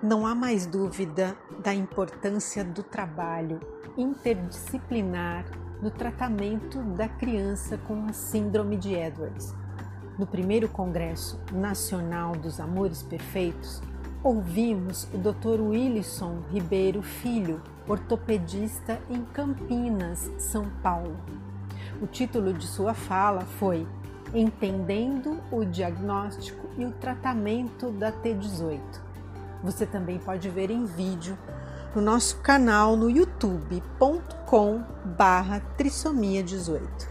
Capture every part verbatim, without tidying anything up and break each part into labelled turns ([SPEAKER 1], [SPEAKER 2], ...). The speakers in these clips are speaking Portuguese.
[SPEAKER 1] Não há mais dúvida da importância do trabalho interdisciplinar no tratamento da criança com a Síndrome de Edwards. No primeiro Congresso Nacional dos Amores Perfeitos, ouvimos o doutor Willisson Ribeiro Filho, ortopedista em Campinas, São Paulo. O título de sua fala foi Entendendo o Diagnóstico e o Tratamento da T dezoito. Você também pode ver em vídeo no nosso canal no youtube ponto com barra trissomia dezoito.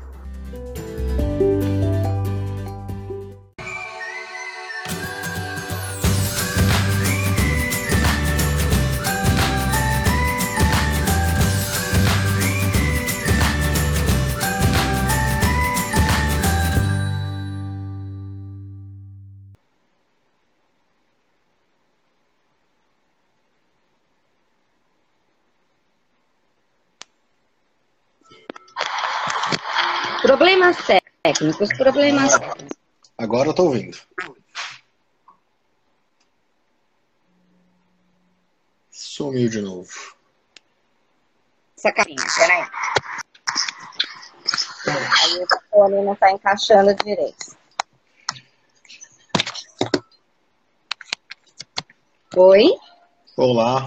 [SPEAKER 2] Problemas técnicos, problemas...
[SPEAKER 3] Agora eu tô ouvindo. Sumiu de novo.
[SPEAKER 2] Sacarinha, peraí. Aí o fone não tá encaixando direito. Oi?
[SPEAKER 3] Olá.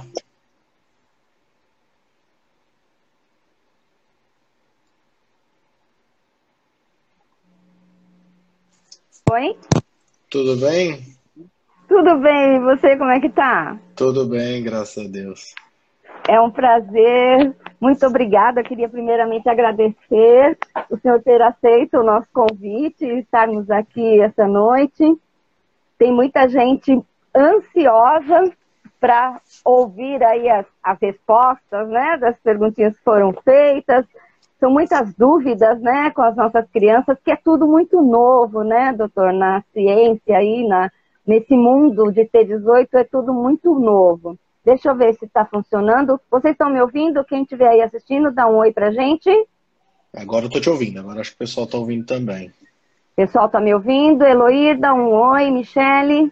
[SPEAKER 2] Oi?
[SPEAKER 3] Tudo bem?
[SPEAKER 2] Tudo bem, e você como é que tá?
[SPEAKER 3] Tudo bem, graças a Deus.
[SPEAKER 2] É um prazer, muito obrigada. Eu queria primeiramente agradecer o senhor ter aceito o nosso convite e estarmos aqui essa noite. Tem muita gente ansiosa para ouvir aí as, as respostas, né, das perguntinhas que foram feitas. São muitas dúvidas, né, com as nossas crianças, que é tudo muito novo, né, doutor? Na ciência aí, na, nesse mundo de T dezoito é tudo muito novo. Deixa eu ver se está funcionando. Vocês estão me ouvindo? Quem estiver aí assistindo, dá um oi pra gente.
[SPEAKER 3] Agora eu tô te ouvindo, agora acho que o pessoal tá ouvindo também.
[SPEAKER 2] Pessoal está me ouvindo? Eloí, dá um oi. Michele.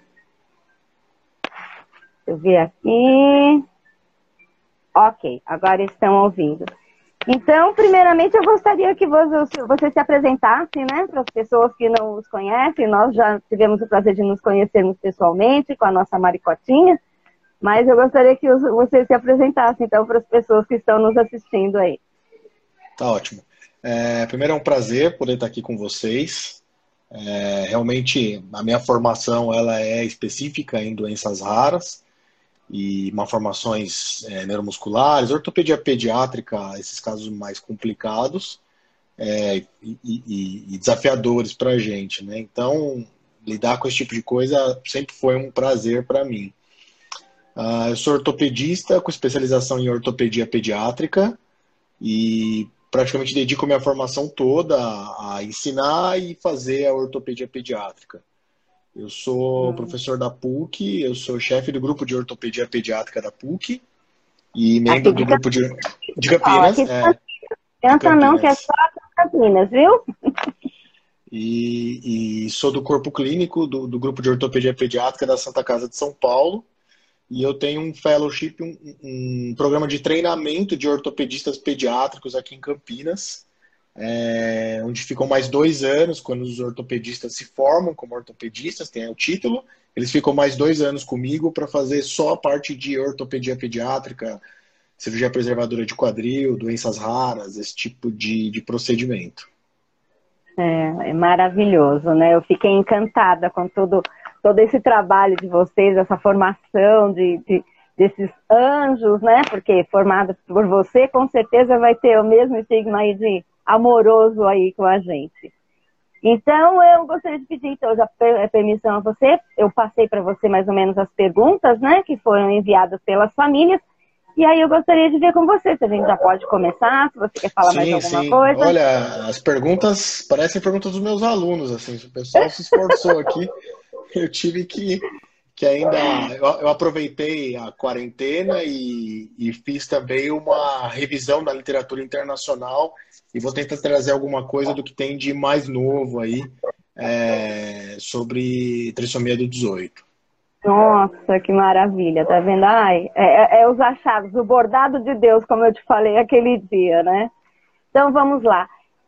[SPEAKER 2] Deixa eu ver aqui. Ok, agora estão ouvindo. Então, primeiramente, eu gostaria que você, você se apresentasse, né, para as pessoas que não os conhecem. Nós já tivemos o prazer de nos conhecermos pessoalmente com a nossa Maricotinha, mas eu gostaria que você se apresentasse, então, para as pessoas que estão nos assistindo aí.
[SPEAKER 3] Tá ótimo. É, primeiro é um prazer poder estar aqui com vocês. É, realmente, a minha formação ela é específica em doenças raras, e malformações é, neuromusculares, ortopedia pediátrica, esses casos mais complicados é, e, e, e desafiadores para a gente, né? Então, lidar com esse tipo de coisa sempre foi um prazer para mim. Uh, eu sou ortopedista com especialização em ortopedia pediátrica e praticamente dedico minha formação toda a, a ensinar e fazer a ortopedia pediátrica. Eu sou hum. professor da P U C, eu sou chefe do grupo de ortopedia pediátrica da P U C e membro do grupo de, de Campinas.
[SPEAKER 2] É, Pensa não que é só Campinas, viu?
[SPEAKER 3] E, e sou do corpo clínico do, do grupo de ortopedia pediátrica da Santa Casa de São Paulo. E eu tenho um fellowship, um, um programa de treinamento de ortopedistas pediátricos aqui em Campinas. É, onde ficam mais dois anos, quando os ortopedistas se formam como ortopedistas, tem o título, eles ficam mais dois anos comigo para fazer só a parte de ortopedia pediátrica, cirurgia preservadora de quadril, doenças raras, esse tipo de, de procedimento.
[SPEAKER 2] É, é maravilhoso, né? Eu fiquei encantada com todo, todo esse trabalho de vocês, essa formação de, de, desses anjos, né? Porque formado por você, com certeza vai ter o mesmo estigma aí de amoroso aí com a gente. Então, eu gostaria de pedir, então, já permissão a você, eu passei para você mais ou menos as perguntas, né, que foram enviadas pelas famílias, e aí eu gostaria de ver com você, se a gente já pode começar, se você quer falar
[SPEAKER 3] sim,
[SPEAKER 2] mais alguma
[SPEAKER 3] sim.
[SPEAKER 2] coisa.
[SPEAKER 3] Olha, as perguntas parecem perguntas dos meus alunos, assim, o pessoal se esforçou aqui, eu tive que, que ainda, eu, eu aproveitei a quarentena e, e fiz também uma revisão da literatura internacional e vou tentar trazer alguma coisa do que tem de mais novo aí é, sobre trissomia do dezoito.
[SPEAKER 2] Nossa, que maravilha, tá vendo? Ai, é, é, é os achados, o bordado de Deus, como eu te falei aquele dia, né? Então vamos lá.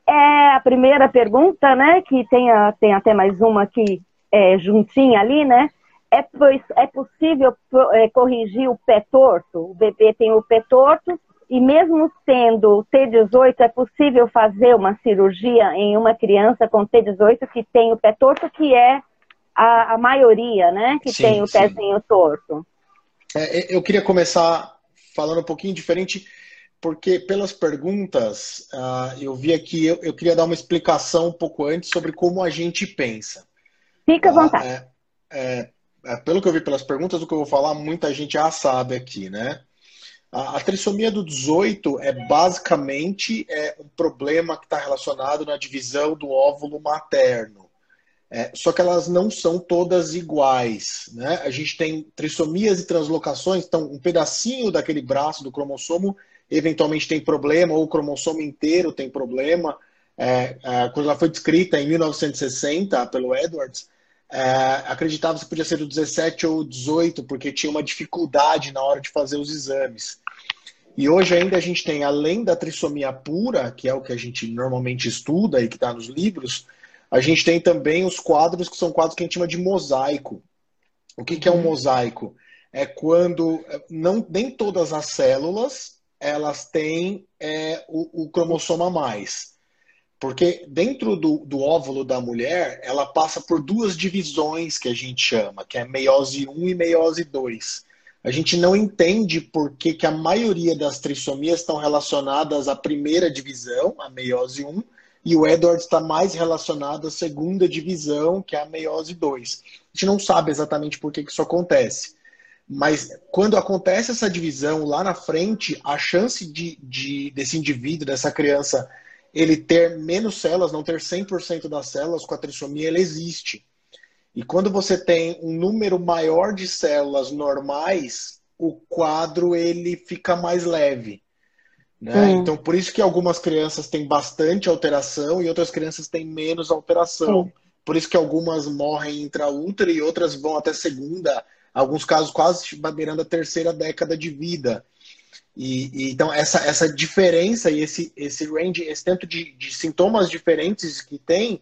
[SPEAKER 2] É a primeira pergunta, né? Que tem, a, tem até mais uma aqui é, juntinha ali, né? É, é possível é, corrigir o pé torto? O bebê tem o pé torto e mesmo sendo T dezoito, é possível fazer uma cirurgia em uma criança com T dezoito que tem o pé torto, que é a, a maioria, né? Que
[SPEAKER 3] Sim,
[SPEAKER 2] tem o
[SPEAKER 3] sim.
[SPEAKER 2] pezinho torto.
[SPEAKER 3] É, eu queria começar falando um pouquinho diferente, porque pelas perguntas, uh, eu vi aqui, eu, eu queria dar uma explicação um pouco antes sobre como a gente pensa.
[SPEAKER 2] Fica à
[SPEAKER 3] Tá?
[SPEAKER 2] vontade.
[SPEAKER 3] É, é, é, pelo que eu vi pelas perguntas, o que eu vou falar, muita gente já sabe aqui, né? A, a trissomia do dezoito é basicamente é, um problema que está relacionado na divisão do óvulo materno. É, só que elas não são todas iguais, né? A gente tem trissomias e translocações, então um pedacinho daquele braço do cromossomo eventualmente tem problema, ou o cromossomo inteiro tem problema. É, é, quando ela foi descrita em mil novecentos e sessenta pelo Edwards, é, acreditava que podia ser o dezessete ou o dezoito, porque tinha uma dificuldade na hora de fazer os exames. E hoje ainda a gente tem, além da trissomia pura, que é o que a gente normalmente estuda e que está nos livros, a gente tem também os quadros que são quadros que a gente chama de mosaico. O que, que é um mosaico? É quando não, nem todas as células elas têm é, o, o cromossomo a mais. Porque dentro do, do óvulo da mulher, ela passa por duas divisões que a gente chama, que é meiose um e meiose dois. A gente não entende por que, que a maioria das trissomias estão relacionadas à primeira divisão, a meiose um, e o Edwards está mais relacionado à segunda divisão, que é a meiose dois. A gente não sabe exatamente por que, que isso acontece. Mas quando acontece essa divisão lá na frente, a chance de, de, desse indivíduo, dessa criança, ele ter menos células, não ter cem por cento das células com a trissomia, ele existe. E quando você tem um número maior de células normais, o quadro ele fica mais leve. Né? Hum. Então, por isso que algumas crianças têm bastante alteração e outras crianças têm menos alteração. Hum. Por isso que algumas morrem intraútero e outras vão até segunda, alguns casos quase beirando a terceira década de vida. E, e, então, essa, essa diferença e esse, esse range, esse tanto de, de sintomas diferentes que tem,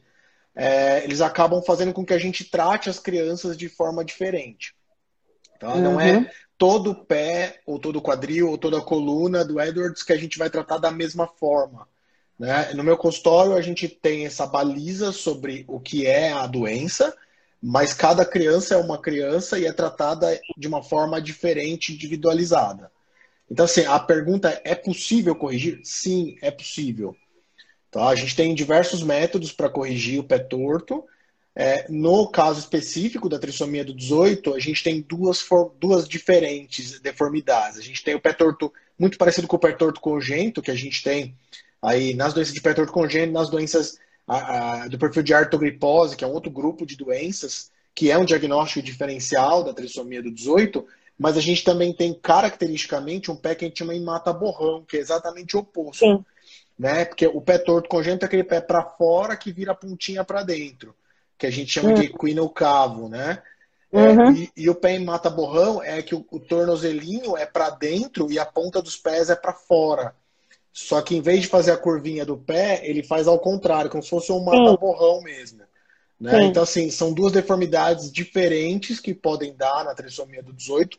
[SPEAKER 3] é, eles acabam fazendo com que a gente trate as crianças de forma diferente. Então, uhum. Não é todo o pé, ou todo o quadril, ou toda a coluna do Edwards que a gente vai tratar da mesma forma. Né? No meu consultório, a gente tem essa baliza sobre o que é a doença, mas cada criança é uma criança e é tratada de uma forma diferente, individualizada. Então, assim, a pergunta é, é possível corrigir? Sim, é possível. Tá? A gente tem diversos métodos para corrigir o pé torto. É, no caso específico da trissomia do dezoito, a gente tem duas, for, duas diferentes deformidades. A gente tem o pé torto muito parecido com o pé torto congênito, que a gente tem aí nas doenças de pé torto congênito, nas doenças a, a, do perfil de artrogripose, que é um outro grupo de doenças, que é um diagnóstico diferencial da trissomia do dezoito, mas a gente também tem caracteristicamente um pé que a gente chama em mata-borrão, que é exatamente o oposto. Sim. Né? Porque o pé torto congênito é aquele pé para fora que vira a pontinha para dentro, que a gente chama uhum. de equinocavo, né? Uhum. É, e, e o pé em mata-borrão é que o, o tornozelinho é para dentro e a ponta dos pés é para fora. Só que em vez de fazer a curvinha do pé, ele faz ao contrário, como se fosse um mata-borrão mesmo. Né? Então, assim, são duas deformidades diferentes que podem dar na trissomia do dezoito,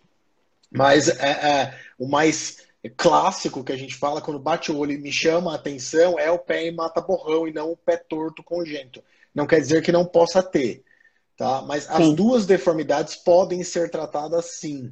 [SPEAKER 3] mas é, é, o mais clássico que a gente fala, quando bate o olho e me chama a atenção, é o pé em mata-borrão e não o pé torto congênito. Não quer dizer que não possa ter, tá? Mas as sim. duas deformidades podem ser tratadas sim.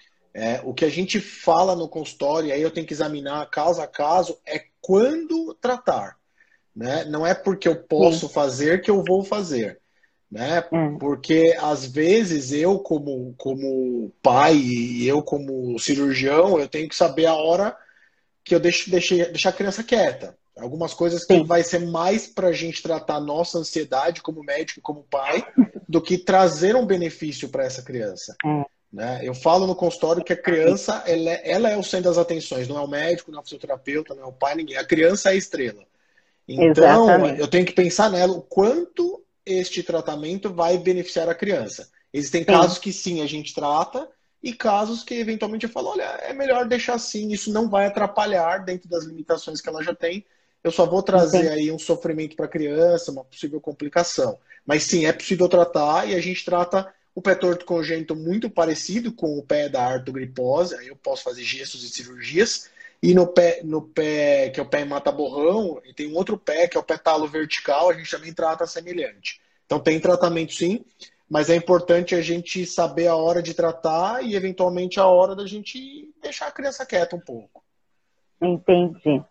[SPEAKER 3] É, o que a gente fala no consultório, e aí eu tenho que examinar caso a caso, é quando tratar. Né? Não é porque eu posso sim. fazer que eu vou fazer. Né? Hum. Porque às vezes eu como, como pai e eu como cirurgião, eu tenho que saber a hora que eu deixo, deixei, deixar a criança quieta. Algumas coisas que sim. vai ser mais para a gente tratar a nossa ansiedade como médico e como pai do que trazer um benefício para essa criança. Hum. Né? Eu falo no consultório que a criança ela é, ela é o centro das atenções, não é o médico, não é o fisioterapeuta, não é o pai, ninguém. A criança é a estrela. Então, exatamente. Eu tenho que pensar nela o quanto este tratamento vai beneficiar a criança. Existem
[SPEAKER 2] Sim.
[SPEAKER 3] casos que sim, a gente trata, e casos que eventualmente eu falo, olha, é melhor deixar assim, isso não vai atrapalhar dentro das limitações que ela já tem, eu só vou trazer
[SPEAKER 2] Entendi.
[SPEAKER 3] aí um sofrimento para a criança, uma possível complicação. Mas sim, é possível tratar, e a gente trata o pé torto congênito muito parecido com o pé da artrogripose, aí eu posso fazer gestos e cirurgias, e no pé, no pé que é o pé em mata-borrão, e tem um outro pé, que é o pé talo vertical, a gente também trata semelhante. Então tem tratamento sim, mas é importante a gente saber a hora de tratar e, eventualmente, a hora da gente deixar a criança quieta um pouco.
[SPEAKER 2] Entendi.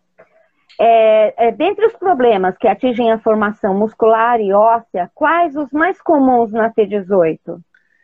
[SPEAKER 2] É, é, dentre os problemas que atingem a formação muscular e óssea, quais os mais comuns na T dezoito?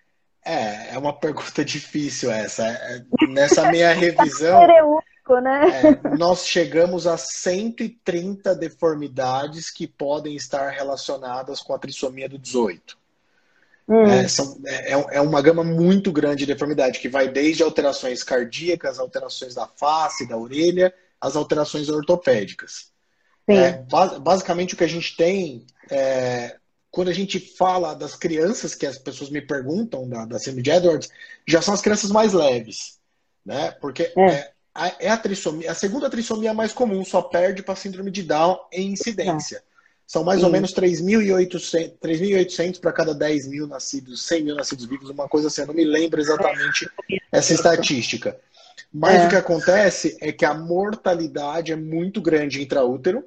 [SPEAKER 3] É, é uma pergunta difícil essa. É, nessa minha revisão,
[SPEAKER 2] É único, né?
[SPEAKER 3] é, nós chegamos a cento e trinta deformidades que podem estar relacionadas com a trissomia do dezoito.
[SPEAKER 2] Hum.
[SPEAKER 3] É, são, é, é uma gama muito grande de deformidade, que vai desde alterações cardíacas, alterações da face, da orelha, as alterações ortopédicas. É, basicamente o que a gente tem, é, quando a gente fala das crianças, que as pessoas me perguntam da, da síndrome de Edwards, já são as crianças mais leves, né? Porque
[SPEAKER 2] É.
[SPEAKER 3] é, a, é a trissomia, a segunda trissomia mais comum, só perde para a síndrome de Down em incidência. São mais ou
[SPEAKER 2] Sim.
[SPEAKER 3] menos três mil e oitocentos para cada dez mil nascidos, cem mil nascidos vivos, uma coisa assim, eu não me lembro exatamente essa estatística. Mas
[SPEAKER 2] É.
[SPEAKER 3] o que acontece é que a mortalidade é muito grande intraútero,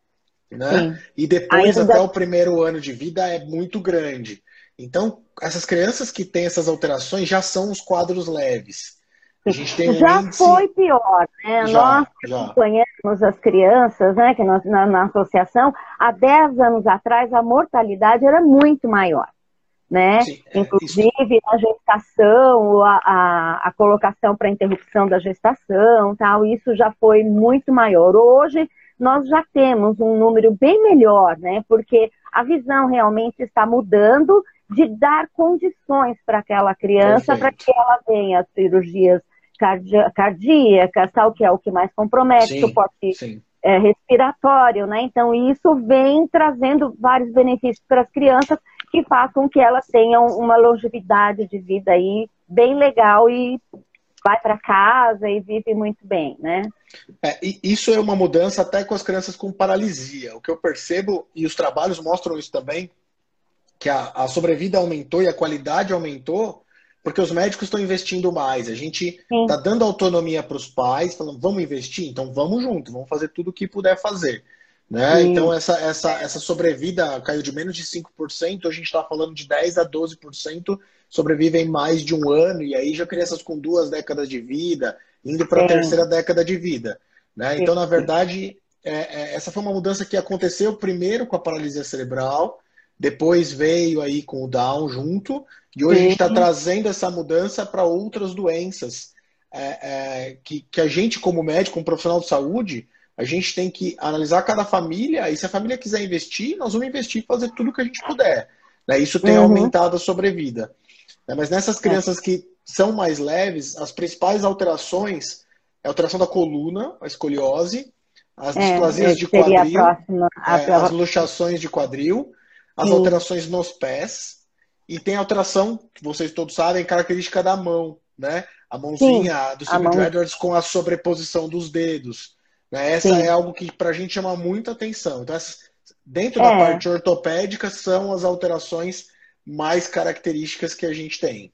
[SPEAKER 3] né?
[SPEAKER 2] Sim.
[SPEAKER 3] E depois,
[SPEAKER 2] Ainda-
[SPEAKER 3] até o primeiro ano de vida, é muito grande. Então, essas crianças que têm essas alterações já são os quadros leves. A gente tem um
[SPEAKER 2] Já
[SPEAKER 3] índice...
[SPEAKER 2] foi pior, né?
[SPEAKER 3] Já,
[SPEAKER 2] Nós
[SPEAKER 3] já.
[SPEAKER 2] acompanhamos as crianças, né, que nós, na, na associação, há dez anos atrás a mortalidade era muito maior, né?
[SPEAKER 3] Sim, é,
[SPEAKER 2] Inclusive na gestação, a, a, a colocação para interrupção da gestação, tal, isso já foi muito maior. Hoje nós já temos um número bem melhor, né? Porque a visão realmente está mudando de dar condições para aquela criança, para
[SPEAKER 3] Perfeito.
[SPEAKER 2] que ela tenha as cirurgias cardi- cardíacas, tal, que é o que mais compromete,
[SPEAKER 3] Sim,
[SPEAKER 2] suporte
[SPEAKER 3] sim.
[SPEAKER 2] é, respiratório, né? Então isso vem trazendo vários benefícios para as crianças que façam com que elas tenham uma longevidade de vida aí bem legal e vai para casa e vive muito bem, né?
[SPEAKER 3] É, e isso é uma mudança até com as crianças com paralisia. O que eu percebo, e os trabalhos mostram isso também, que a, a sobrevida aumentou e a qualidade aumentou, porque os médicos estão investindo mais. A gente está dando autonomia para os pais, falando, vamos investir? Então vamos junto, vamos fazer tudo o que puder fazer. Né? Então essa, essa, essa sobrevida caiu de menos de cinco por cento, a gente está falando de dez a doze por cento sobrevivem mais de um ano, e aí já crianças com duas décadas de vida, indo para a terceira década de vida. Né? Então, na verdade, é, é, essa foi uma mudança que aconteceu primeiro com a paralisia cerebral, depois veio aí com o Down junto, e hoje
[SPEAKER 2] Sim.
[SPEAKER 3] a gente está trazendo essa mudança para outras doenças, é, é, que, que a gente, como médico, como profissional de saúde, a gente tem que analisar cada família, e se a família quiser investir, nós vamos investir e fazer tudo o que a gente puder. Né? Isso tem
[SPEAKER 2] Uhum.
[SPEAKER 3] aumentado a sobrevida. Né? Mas nessas crianças que são mais leves, as principais alterações é a alteração da coluna, a escoliose, as displasias
[SPEAKER 2] é,
[SPEAKER 3] de
[SPEAKER 2] seria
[SPEAKER 3] quadril,
[SPEAKER 2] a próxima, a
[SPEAKER 3] é, as luxações de quadril, as
[SPEAKER 2] Sim.
[SPEAKER 3] alterações nos pés, e tem a alteração, que vocês todos sabem, característica da mão, né? A mãozinha
[SPEAKER 2] Sim,
[SPEAKER 3] do
[SPEAKER 2] a
[SPEAKER 3] Steve
[SPEAKER 2] mão.
[SPEAKER 3] Edwards com a sobreposição dos dedos. Né? Essa
[SPEAKER 2] Sim.
[SPEAKER 3] é algo que pra gente chama muita atenção. Então, essas, dentro
[SPEAKER 2] É.
[SPEAKER 3] da parte ortopédica, são as alterações mais características que a gente tem.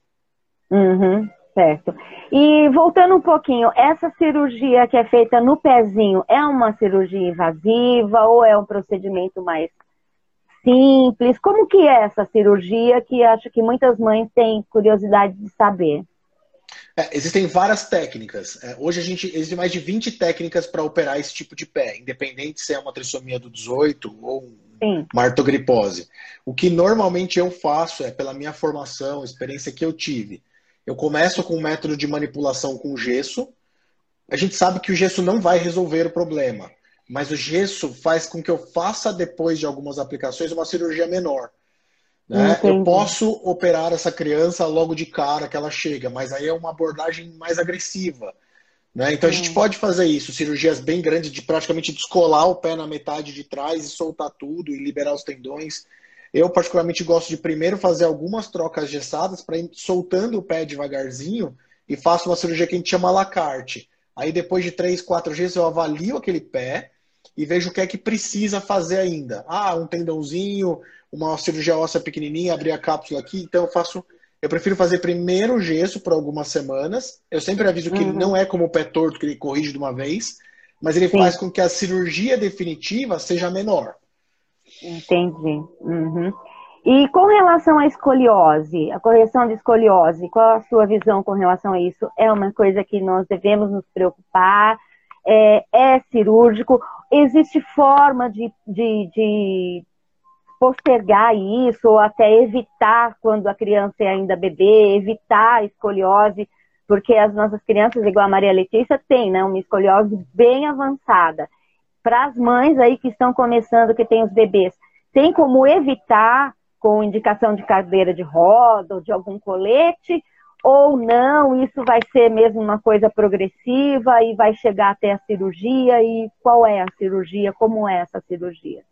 [SPEAKER 2] Uhum, certo. E voltando um pouquinho, essa cirurgia que é feita no pezinho é uma cirurgia invasiva ou é um procedimento mais simples? Como que é essa cirurgia que acho que muitas mães têm curiosidade de saber?
[SPEAKER 3] É, existem várias técnicas. É, hoje a gente existem mais de vinte técnicas para operar esse tipo de pé, independente se é uma trissomia do dezoito ou
[SPEAKER 2] Sim.
[SPEAKER 3] uma artrogripose. O que normalmente eu faço é, pela minha formação, experiência que eu tive, eu começo com um método de manipulação com gesso. A gente sabe que o gesso não vai resolver o problema, mas o gesso faz com que eu faça, depois de algumas aplicações, uma cirurgia menor. Né? Eu posso operar essa criança logo de cara que ela chega, mas aí é uma abordagem mais agressiva. Né? Então a gente pode fazer isso, cirurgias bem grandes, de praticamente descolar o pé na metade de trás e soltar tudo e liberar os tendões. Eu, particularmente, gosto de primeiro fazer algumas trocas gessadas para ir soltando o pé devagarzinho e faço uma cirurgia que a gente chama à la carte. Aí, depois de três, quatro gessos, eu avalio aquele pé e vejo o que é que precisa fazer ainda. Ah, um tendãozinho, uma cirurgia óssea pequenininha, abrir a cápsula aqui. Então, eu faço... Eu prefiro fazer primeiro o gesso por algumas semanas. Eu sempre aviso que ele
[SPEAKER 2] Uhum.
[SPEAKER 3] não é como o pé torto, que ele corrige de uma vez, mas ele
[SPEAKER 2] Sim,
[SPEAKER 3] faz com que a cirurgia definitiva seja menor.
[SPEAKER 2] entendi. Uhum. E com relação à escoliose, a correção de escoliose, qual a sua visão com relação a isso? É uma coisa que nós devemos nos preocupar? É, é cirúrgico? Existe forma de, de, de postergar isso ou até evitar quando a criança é ainda bebê, evitar a escoliose? Porque as nossas crianças, igual a Maria Letícia, tem, né, uma escoliose bem avançada. Para as mães aí que estão começando, que têm os bebês, tem como evitar com indicação de cadeira de roda ou de algum colete, ou não, isso vai ser mesmo uma coisa progressiva e vai chegar até a cirurgia? E qual é a cirurgia? Como é essa cirurgia?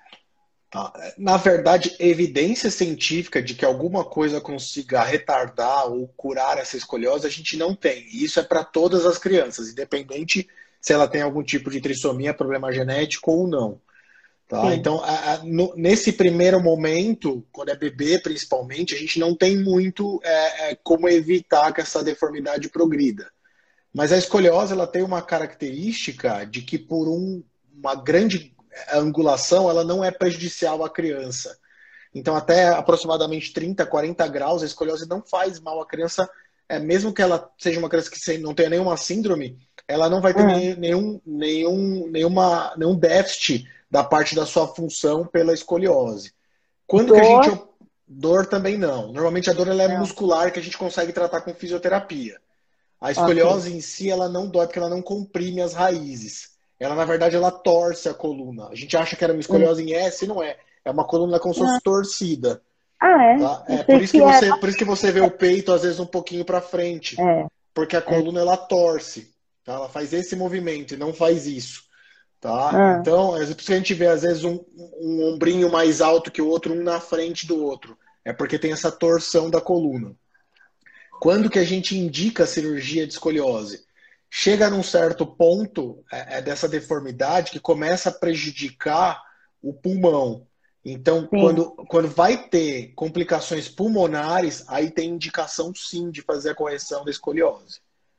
[SPEAKER 3] Tá? Na verdade, evidência científica de que alguma coisa consiga retardar ou curar essa escoliose, a gente não tem. E isso é para todas as crianças, independente se ela tem algum tipo de trissomia, problema genético ou não. Tá?
[SPEAKER 2] Sim.
[SPEAKER 3] Então, a, a, no, nesse primeiro momento, quando é bebê principalmente, a gente não tem muito é, é, como evitar que essa deformidade progrida. Mas a escoliose ela tem uma característica de que por um, uma grande angulação ela não é prejudicial à criança. Então, até aproximadamente trinta, quarenta graus, a escoliose não faz mal à criança, é, mesmo que ela seja uma criança que não tenha nenhuma síndrome, ela não vai ter
[SPEAKER 2] Hum.
[SPEAKER 3] nenhum, nenhum, nenhuma, nenhum déficit da parte da sua função pela escoliose. Quando
[SPEAKER 2] Dor?
[SPEAKER 3] que a gente... Dor também não. Normalmente a dor ela é
[SPEAKER 2] Não.
[SPEAKER 3] muscular, que a gente consegue tratar com fisioterapia. A
[SPEAKER 2] Ok.
[SPEAKER 3] escoliose em si, ela não dói porque ela não comprime as raízes. Ela, na verdade, ela torce a coluna. A gente acha que era uma
[SPEAKER 2] Hum.
[SPEAKER 3] escoliose em S, não é. É uma coluna como se
[SPEAKER 2] Não.
[SPEAKER 3] fosse torcida.
[SPEAKER 2] Ah, é?
[SPEAKER 3] Tá?
[SPEAKER 2] Eu
[SPEAKER 3] É por
[SPEAKER 2] sei
[SPEAKER 3] isso que
[SPEAKER 2] que era.
[SPEAKER 3] você, por isso que você vê o peito, às vezes, um pouquinho para frente.
[SPEAKER 2] É,
[SPEAKER 3] Porque a
[SPEAKER 2] é.
[SPEAKER 3] coluna, ela torce. Tá? Ela faz esse movimento e não faz isso. Tá?
[SPEAKER 2] Ah,
[SPEAKER 3] Então, é por isso que a gente vê, às vezes, um, um ombrinho mais alto que o outro, um na frente do outro. É porque tem essa torção da coluna. Quando que a gente indica a cirurgia de escoliose? Chega num certo ponto é, é dessa deformidade que começa a prejudicar o pulmão. Então,
[SPEAKER 2] sim.
[SPEAKER 3] quando, quando vai ter complicações pulmonares, aí tem indicação sim de fazer a correção da escoliose.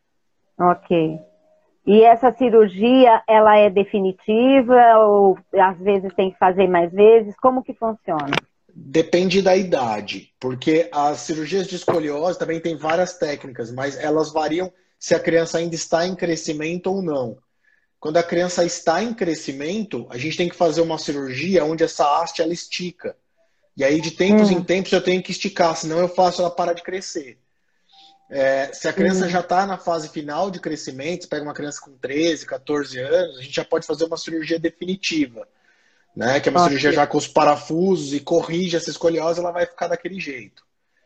[SPEAKER 2] Ok. E essa cirurgia, ela é definitiva ou às vezes tem que fazer mais vezes? Como que funciona?
[SPEAKER 3] Depende da idade, porque as cirurgias de escoliose também tem várias técnicas, mas elas variam se a criança ainda está em crescimento ou não. Quando a criança está em crescimento, a gente tem que fazer uma cirurgia onde essa haste ela estica. E aí, de tempos
[SPEAKER 2] Hum.
[SPEAKER 3] em tempos, eu tenho que esticar, senão eu faço ela parar de crescer. É, se a criança
[SPEAKER 2] Hum.
[SPEAKER 3] já está na fase final de crescimento, você pega uma criança com treze, quatorze anos, a gente já pode fazer uma cirurgia definitiva. Né, que é uma
[SPEAKER 2] Ok.
[SPEAKER 3] cirurgia já com os parafusos e corrige essa escoliose, ela vai ficar daquele jeito.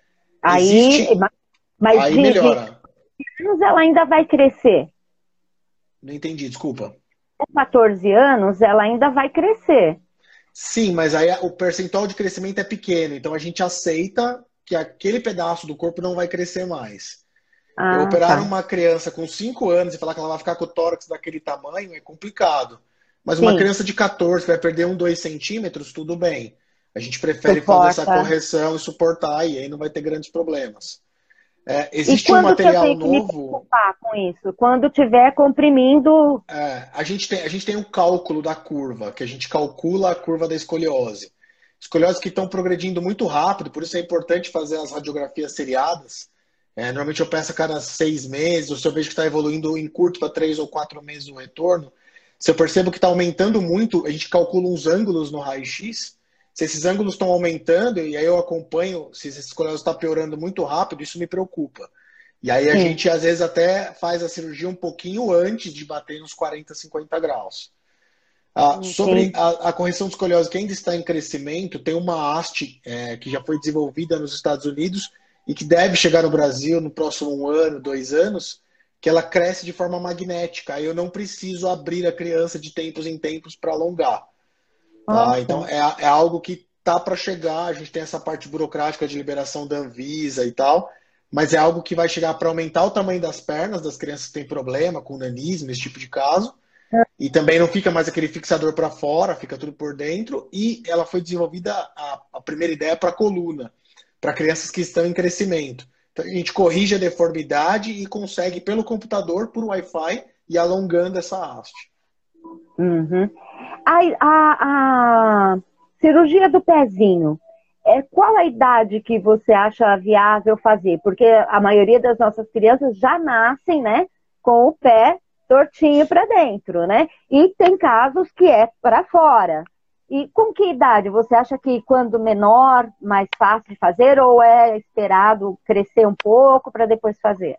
[SPEAKER 2] Aí,
[SPEAKER 3] Existe...
[SPEAKER 2] mas
[SPEAKER 3] Aí
[SPEAKER 2] de,
[SPEAKER 3] melhora.
[SPEAKER 2] de anos ela ainda vai crescer.
[SPEAKER 3] Não entendi, desculpa.
[SPEAKER 2] Com quatorze anos, ela ainda vai crescer.
[SPEAKER 3] Sim, mas aí o percentual de crescimento é pequeno, então a gente aceita que aquele pedaço do corpo não vai crescer mais. Eu
[SPEAKER 2] Ah,
[SPEAKER 3] operar
[SPEAKER 2] tá.
[SPEAKER 3] uma criança com cinco anos e falar que ela vai ficar com o tórax daquele tamanho é complicado. Mas uma
[SPEAKER 2] Sim.
[SPEAKER 3] criança de quatorze que vai perder um, dois centímetros, tudo bem. A gente prefere fazer essa
[SPEAKER 2] Suporta.
[SPEAKER 3] correção e suportar, e aí não vai ter grandes problemas. É,
[SPEAKER 2] E
[SPEAKER 3] existe um
[SPEAKER 2] quando que eu
[SPEAKER 3] material
[SPEAKER 2] tenho que me
[SPEAKER 3] novo.
[SPEAKER 2] preocupar com isso? Quando tiver comprimindo.
[SPEAKER 3] É, a gente tem, a gente tem um cálculo da curva, que a gente calcula a curva da escoliose. Escoliose que estão progredindo muito rápido, por isso é importante fazer as radiografias seriadas. É, normalmente eu peço a cada seis meses, ou se eu vejo que está evoluindo em curto para três ou quatro meses o retorno. Se eu percebo que está aumentando muito, a gente calcula uns ângulos no raio-x. Se esses ângulos estão aumentando, e aí eu acompanho, se essa escoliose está piorando muito rápido, isso me preocupa. E aí a
[SPEAKER 2] Sim.
[SPEAKER 3] gente, às vezes, até faz a cirurgia um pouquinho antes de bater nos quarenta, cinquenta graus. Ah, sobre a, a correção de escoliose que ainda está em crescimento, tem uma haste é, que já foi desenvolvida nos Estados Unidos e que deve chegar no Brasil no próximo um ano, dois anos, que ela cresce de forma magnética. Aí eu não preciso abrir a criança de tempos em tempos para alongar. Tá?
[SPEAKER 2] Ok.
[SPEAKER 3] Então é, é algo que tá para chegar, a gente tem essa parte burocrática de liberação da Anvisa e tal, mas é algo que vai chegar para aumentar o tamanho das pernas das crianças que têm problema com nanismo, esse tipo de caso, e também não fica mais aquele fixador para fora, fica tudo por dentro, e ela foi desenvolvida, a, a primeira ideia, para coluna, para crianças que estão em crescimento. Então, a gente corrige a deformidade e consegue, pelo computador, por Wi-Fi, ir alongando essa haste.
[SPEAKER 2] Uhum. A, a, a cirurgia do pezinho, é, qual a idade que você acha viável fazer? Porque a maioria das nossas crianças já nascem, né, com o pé tortinho para dentro, né? E tem casos que é para fora. E com que idade? Você acha que quando menor, mais fácil de fazer, ou é esperado crescer um pouco para depois fazer?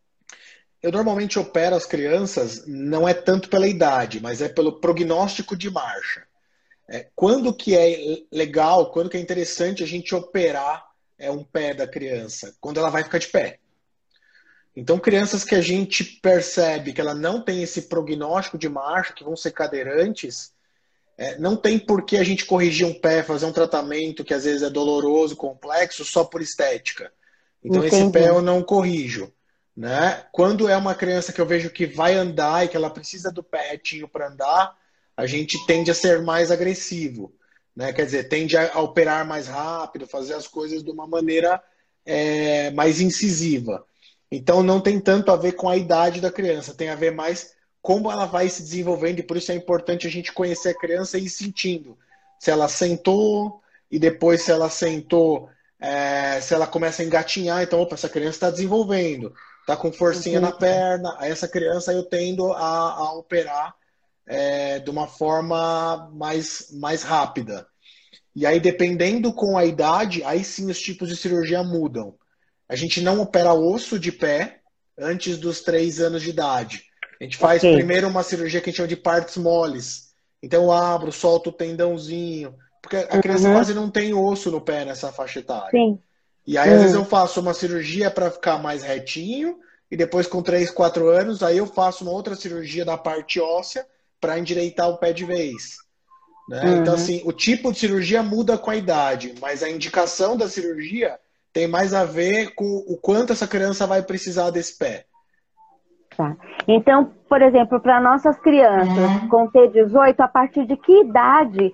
[SPEAKER 3] Eu normalmente opero as crianças, não é tanto pela idade, mas é pelo prognóstico de marcha. É, quando que é legal, quando que é interessante a gente operar é, um pé da criança? Quando ela vai ficar de pé. Então, crianças que a gente percebe que ela não tem esse prognóstico de marcha, que vão ser cadeirantes, é, não tem por que a gente corrigir um pé, fazer um tratamento que às vezes é doloroso, complexo, só por estética. Então, Entendi. Esse pé eu não corrijo. Né? Quando é uma criança que eu vejo que vai andar e que ela precisa do pé retinho para andar, a gente tende a ser mais agressivo. Né? Quer dizer, tende a operar mais rápido, fazer as coisas de uma maneira é, mais incisiva. Então não tem tanto a ver com a idade da criança, tem a ver mais como ela vai se desenvolvendo, e por isso é importante a gente conhecer a criança e ir sentindo. Se ela sentou, e depois se ela sentou, é, se ela começa a engatinhar, então, opa, essa criança está desenvolvendo, está com forcinha na perna, aí essa criança eu tendo a, a operar é, de uma forma mais, mais rápida. E aí, dependendo com a idade, aí sim os tipos de cirurgia mudam. A gente não opera osso de pé antes dos três anos de idade. A gente faz okay. primeiro uma cirurgia que a gente chama de partes moles. Então eu abro, solto o tendãozinho. Porque a criança uhum. quase não tem osso no pé nessa faixa etária.
[SPEAKER 2] Sim.
[SPEAKER 3] E aí, uhum. às vezes, eu faço uma cirurgia para ficar mais retinho. E depois, com três, quatro anos, aí eu faço uma outra cirurgia da parte óssea para endireitar o pé de vez. Né? Uhum. Então, assim, o tipo de cirurgia muda com a idade. Mas a indicação da cirurgia tem mais a ver com o quanto essa criança vai precisar desse pé.
[SPEAKER 2] Tá. Então, por exemplo, para nossas crianças uhum. com T dezoito, a partir de que idade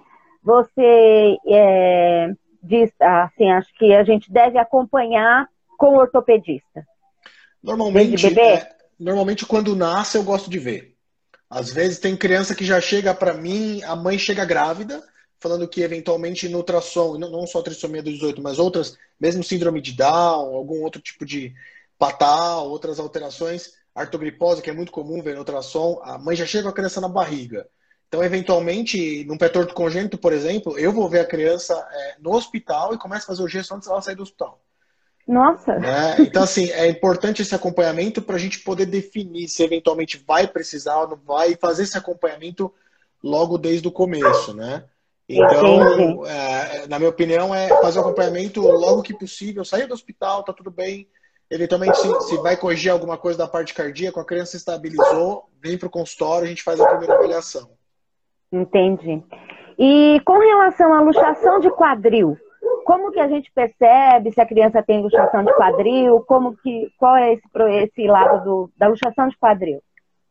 [SPEAKER 2] você é, diz, assim, acho que a gente deve acompanhar com o ortopedista?
[SPEAKER 3] Normalmente, é, normalmente quando nasce eu gosto de ver. Às vezes tem criança que já chega para mim, a mãe chega grávida, falando que eventualmente no ultrassom, não só a trissomia do dezoito, mas outras, mesmo síndrome de Down, algum outro tipo de patal, outras alterações, artrogripose, que é muito comum ver no ultrassom, a mãe já chega com a criança na barriga. Então, eventualmente, num pé torto congênito, por exemplo, eu vou ver a criança é, no hospital e começo a fazer o gesso antes dela sair do hospital.
[SPEAKER 2] Nossa!
[SPEAKER 3] É, então, assim, é importante esse acompanhamento para a gente poder definir se eventualmente vai precisar ou não vai, e fazer esse acompanhamento logo desde o começo, né? Então, é, na minha opinião, é fazer o acompanhamento logo que possível, sair do hospital, tá tudo bem. Eventualmente, se, se vai corrigir alguma coisa da parte cardíaca, a criança estabilizou, vem para o consultório, a gente faz a primeira avaliação.
[SPEAKER 2] Entendi. E com relação à luxação de quadril, como que a gente percebe se a criança tem luxação de quadril? Como que, qual é esse, esse lado do, da luxação de quadril?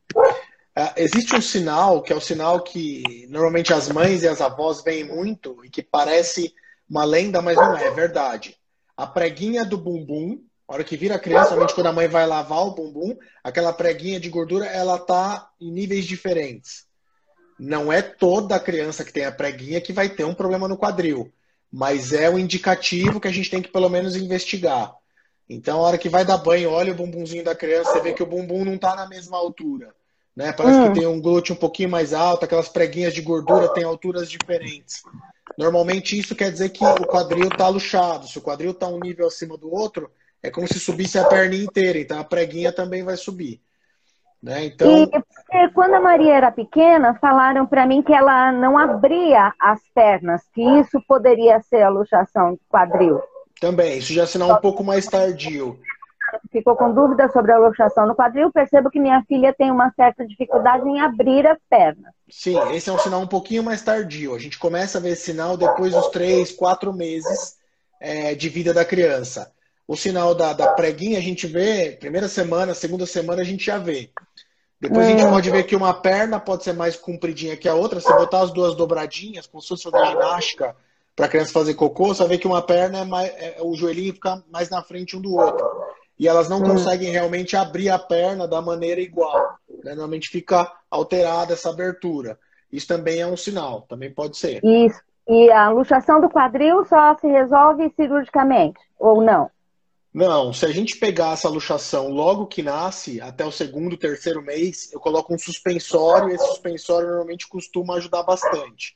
[SPEAKER 3] Uh, existe um sinal, que é o sinal que normalmente as mães e as avós veem muito, e que parece uma lenda, mas não é, é verdade. A preguinha do bumbum, a hora que vira criança, normalmente quando a mãe vai lavar o bumbum, aquela preguinha de gordura, ela tá em níveis diferentes. Não é toda criança que tem a preguinha que vai ter um problema no quadril, mas é um indicativo que a gente tem que pelo menos investigar. Então, a hora que vai dar banho, olha o bumbumzinho da criança, você vê que o bumbum não tá na mesma altura. Né? Parece hum. que tem um glúteo um pouquinho mais alto, aquelas preguinhas de gordura têm alturas diferentes. Normalmente isso quer dizer que o quadril está luxado. Se o quadril está um nível acima do outro, é como se subisse a perninha inteira, então a preguinha também vai subir. Né? Então...
[SPEAKER 2] E quando a Maria era pequena, falaram para mim que ela não abria as pernas, que isso poderia ser a luxação do quadril.
[SPEAKER 3] Também, isso já é sinal um pouco mais tardio.
[SPEAKER 2] ficou com dúvida sobre a luxação no quadril, percebo que minha filha tem uma certa dificuldade em abrir as pernas.
[SPEAKER 3] Sim, esse é um sinal um pouquinho mais tardio. A gente começa a ver esse sinal depois dos três, quatro meses é, de vida da criança. O sinal da, da preguinha a gente vê, primeira semana, segunda semana a gente já vê. Depois a gente pode ver que uma perna pode ser mais compridinha que a outra. Se botar as duas dobradinhas, como se fosse fazer ginástica para a criança fazer cocô, você vai ver que uma perna, é mais, é, o joelhinho fica mais na frente um do outro. E elas não conseguem realmente abrir a perna da maneira igual. Né? Normalmente fica alterada essa abertura. Isso também é um sinal, também pode ser.
[SPEAKER 2] Isso. E a luxação do quadril só se resolve cirurgicamente, ou não?
[SPEAKER 3] Não, se a gente pegar essa luxação logo que nasce, até o segundo, terceiro mês, eu coloco um suspensório e esse suspensório normalmente costuma ajudar bastante.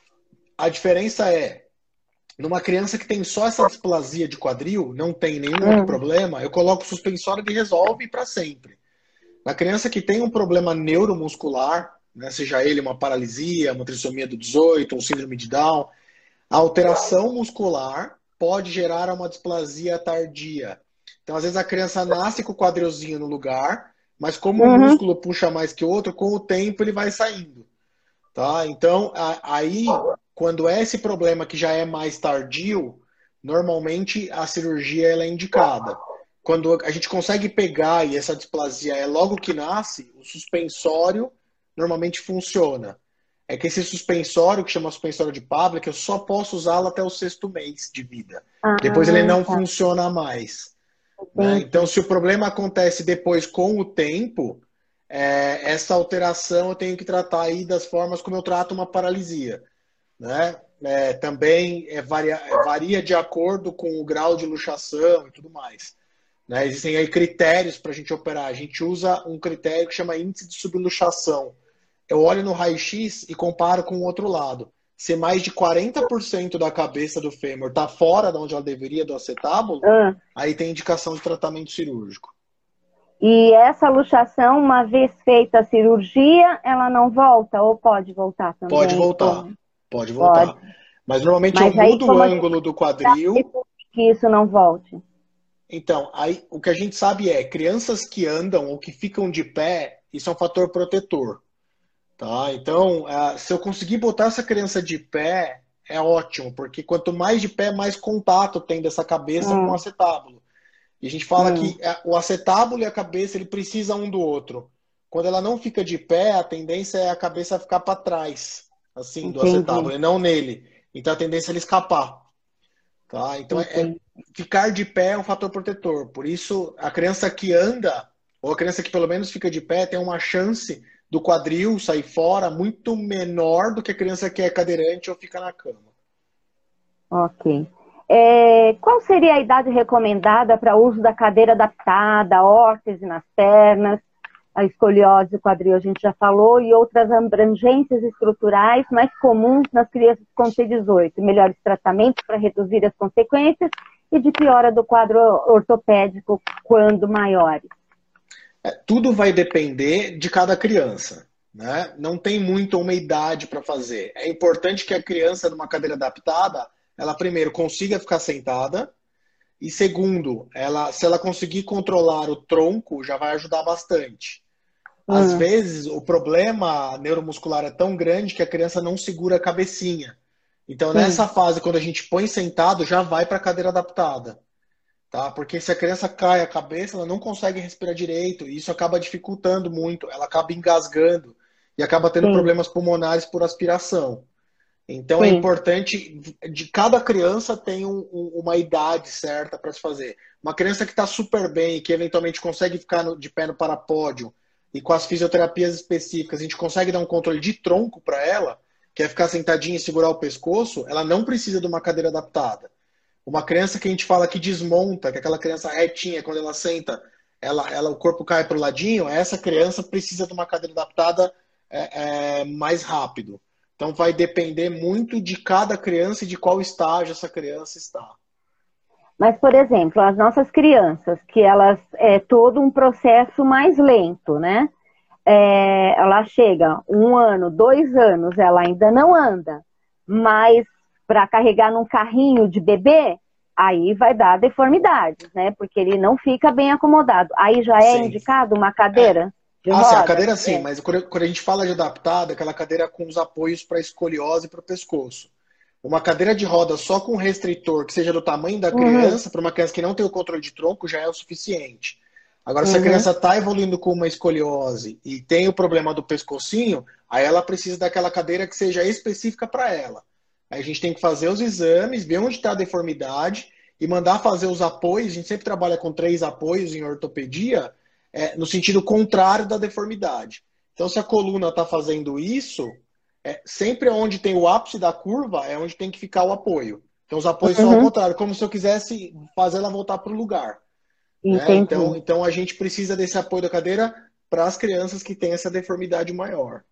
[SPEAKER 3] A diferença é, numa criança que tem só essa displasia de quadril, não tem nenhum outro
[SPEAKER 2] Hum.
[SPEAKER 3] problema, eu coloco o suspensório que resolve para sempre. Na criança que tem um problema neuromuscular, né, seja ele uma paralisia, uma trissomia do dezoito, um síndrome de Down, a alteração muscular pode gerar uma displasia tardia. Então, às vezes, a criança nasce com o quadrilzinho no lugar, mas como
[SPEAKER 2] Uhum.
[SPEAKER 3] um músculo puxa mais que o outro, com o tempo ele vai saindo. Tá? Então, a, aí, quando é esse problema que já é mais tardio, normalmente a cirurgia ela é indicada. Quando a gente consegue pegar e essa displasia é logo que nasce, o suspensório normalmente funciona. É que esse suspensório, que chama suspensório de Pavlik, eu só posso usá-lo até o sexto mês de vida.
[SPEAKER 2] Ah,
[SPEAKER 3] Depois ele não
[SPEAKER 2] tá.
[SPEAKER 3] funciona mais. Né? Então, se o problema acontece depois com o tempo, é, essa alteração eu tenho que tratar aí das formas como eu trato uma paralisia. Né? É, também é, varia, varia de acordo com o grau de luxação e tudo mais. Né? Existem aí critérios para a gente operar. A gente usa um critério que chama índice de subluxação. Eu olho no raio-x e comparo com o outro lado. Se mais de quarenta por cento da cabeça do fêmur está fora de onde ela deveria do acetábulo,
[SPEAKER 2] Ah.
[SPEAKER 3] aí tem indicação de tratamento cirúrgico.
[SPEAKER 2] E essa luxação, uma vez feita a cirurgia, ela não volta? Ou pode voltar também?
[SPEAKER 3] Pode voltar,
[SPEAKER 2] Como?
[SPEAKER 3] pode voltar.
[SPEAKER 2] Pode.
[SPEAKER 3] Mas normalmente
[SPEAKER 2] Mas
[SPEAKER 3] eu
[SPEAKER 2] aí,
[SPEAKER 3] mudo o
[SPEAKER 2] como a
[SPEAKER 3] ângulo
[SPEAKER 2] gente
[SPEAKER 3] do quadril.
[SPEAKER 2] que isso não volte?
[SPEAKER 3] Então, aí o que a gente sabe é, crianças que andam ou que ficam de pé, isso é um fator protetor. Tá? Então, uh, se eu conseguir botar essa criança de pé, é ótimo, porque quanto mais de pé, mais contato tem dessa cabeça
[SPEAKER 2] Hum.
[SPEAKER 3] com o acetábulo. E a gente fala
[SPEAKER 2] Hum.
[SPEAKER 3] que uh, o acetábulo e a cabeça, ele precisa um do outro. Quando ela não fica de pé, a tendência é a cabeça ficar para trás, assim, do
[SPEAKER 2] Entendi.
[SPEAKER 3] acetábulo, e não nele. Então, a tendência é ele escapar. Tá? Então, é, é, ficar de pé é um fator protetor. Por isso, a criança que anda, ou a criança que pelo menos fica de pé, tem uma chance do quadril sair fora muito menor do que a criança que é cadeirante ou fica na cama.
[SPEAKER 2] Ok. É, qual seria a idade recomendada para uso da cadeira adaptada, órtese nas pernas, a escoliose do quadril a gente já falou, e outras abrangências estruturais mais comuns nas crianças com T dezoito? Melhores tratamentos para reduzir as consequências e de piora do quadro ortopédico quando maiores?
[SPEAKER 3] É, tudo vai depender de cada criança, né? Não tem muito uma idade para fazer. É importante que a criança, numa cadeira adaptada, ela primeiro consiga ficar sentada e segundo, ela, se ela conseguir controlar o tronco, já vai ajudar bastante. Às
[SPEAKER 2] Hum.
[SPEAKER 3] vezes, o problema neuromuscular é tão grande que a criança não segura a cabecinha. Então,
[SPEAKER 2] Sim.
[SPEAKER 3] nessa fase, quando a gente põe sentado, já vai para a cadeira adaptada. Tá? Porque se a criança cai a cabeça, ela não consegue respirar direito, e isso acaba dificultando muito, ela acaba engasgando e acaba tendo
[SPEAKER 2] Sim.
[SPEAKER 3] problemas pulmonares por aspiração. Então
[SPEAKER 2] Sim.
[SPEAKER 3] é importante, de cada criança tem um, um, uma idade certa para se fazer. Uma criança que está super bem, que eventualmente consegue ficar no, de pé no parapódio, e com as fisioterapias específicas, a gente consegue dar um controle de tronco para ela, que é ficar sentadinha e segurar o pescoço, ela não precisa de uma cadeira adaptada. Uma criança que a gente fala que desmonta, que é aquela criança retinha, quando ela senta, ela, ela, o corpo cai para o ladinho, essa criança precisa de uma cadeira adaptada é, é, mais rápido. Então vai depender muito de cada criança e de qual estágio essa criança está.
[SPEAKER 2] Mas, por exemplo, as nossas crianças, que elas é todo um processo mais lento, né? É, ela chega um ano, dois anos, ela ainda não anda, mas para carregar num carrinho de bebê, aí vai dar deformidades, né? Porque ele não fica bem acomodado. Aí já é
[SPEAKER 3] Sim.
[SPEAKER 2] indicado uma cadeira
[SPEAKER 3] é.
[SPEAKER 2] de
[SPEAKER 3] Ah, sim, a
[SPEAKER 2] roda?
[SPEAKER 3] cadeira sim,
[SPEAKER 2] É.
[SPEAKER 3] mas quando quando a gente fala de adaptada, aquela cadeira com os apoios para escoliose e para o pescoço. Uma cadeira de roda só com restritor, que seja do tamanho da
[SPEAKER 2] Uhum,
[SPEAKER 3] criança, para uma criança que não tem o controle de tronco, já é o suficiente. Agora, se a
[SPEAKER 2] uhum,
[SPEAKER 3] criança está evoluindo com uma escoliose e tem o problema do pescocinho, aí ela precisa daquela cadeira que seja específica para ela. Aí a gente tem que fazer os exames, ver onde está a deformidade e mandar fazer os apoios. A gente sempre trabalha com três apoios em ortopedia, é, no sentido contrário da deformidade. Então, se a coluna está fazendo isso, é, sempre onde tem o ápice da curva é onde tem que ficar o apoio. Então, os apoios são ao
[SPEAKER 2] uhum,
[SPEAKER 3] contrário, como se eu quisesse fazer ela voltar para o lugar. Né? Então,
[SPEAKER 2] entendi.
[SPEAKER 3] então, a gente precisa desse apoio da cadeira para as crianças que têm essa deformidade maior.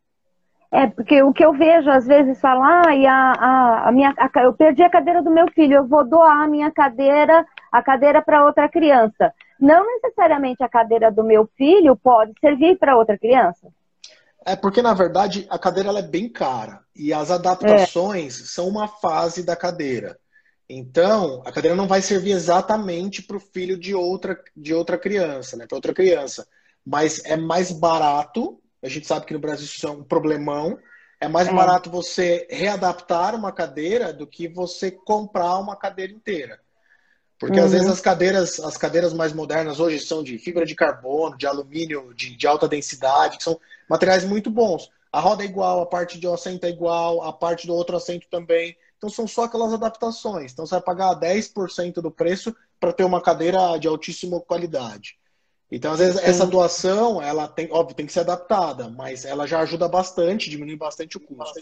[SPEAKER 2] É, porque o que eu vejo, às vezes, falar, ah, e a, a, a minha, a, eu perdi a cadeira do meu filho, eu vou doar a minha cadeira, a cadeira para outra criança. Não necessariamente a cadeira do meu filho pode servir para outra criança.
[SPEAKER 3] É porque, na verdade, a cadeira ela é bem cara. E as
[SPEAKER 2] É.
[SPEAKER 3] adaptações são uma fase da cadeira. Então, a cadeira não vai servir exatamente para o filho de outra, de outra criança, né? Para outra criança. Mas é mais barato. A gente sabe que no Brasil isso é um problemão. É mais
[SPEAKER 2] É.
[SPEAKER 3] barato você readaptar uma cadeira do que você comprar uma cadeira inteira. Porque às vezes
[SPEAKER 2] Uhum.
[SPEAKER 3] as cadeiras, as cadeiras mais modernas hoje são de fibra de carbono, de alumínio, de, de alta densidade, que são materiais muito bons. A roda é igual, a parte de um assento é igual, a parte do outro assento também. Então são só aquelas adaptações. Então você vai pagar dez por cento do preço para ter uma cadeira de altíssima qualidade. Então, às vezes, essa
[SPEAKER 2] Entendi.
[SPEAKER 3] doação, ela tem, óbvio, tem que ser adaptada, mas ela já ajuda bastante, diminui bastante o custo.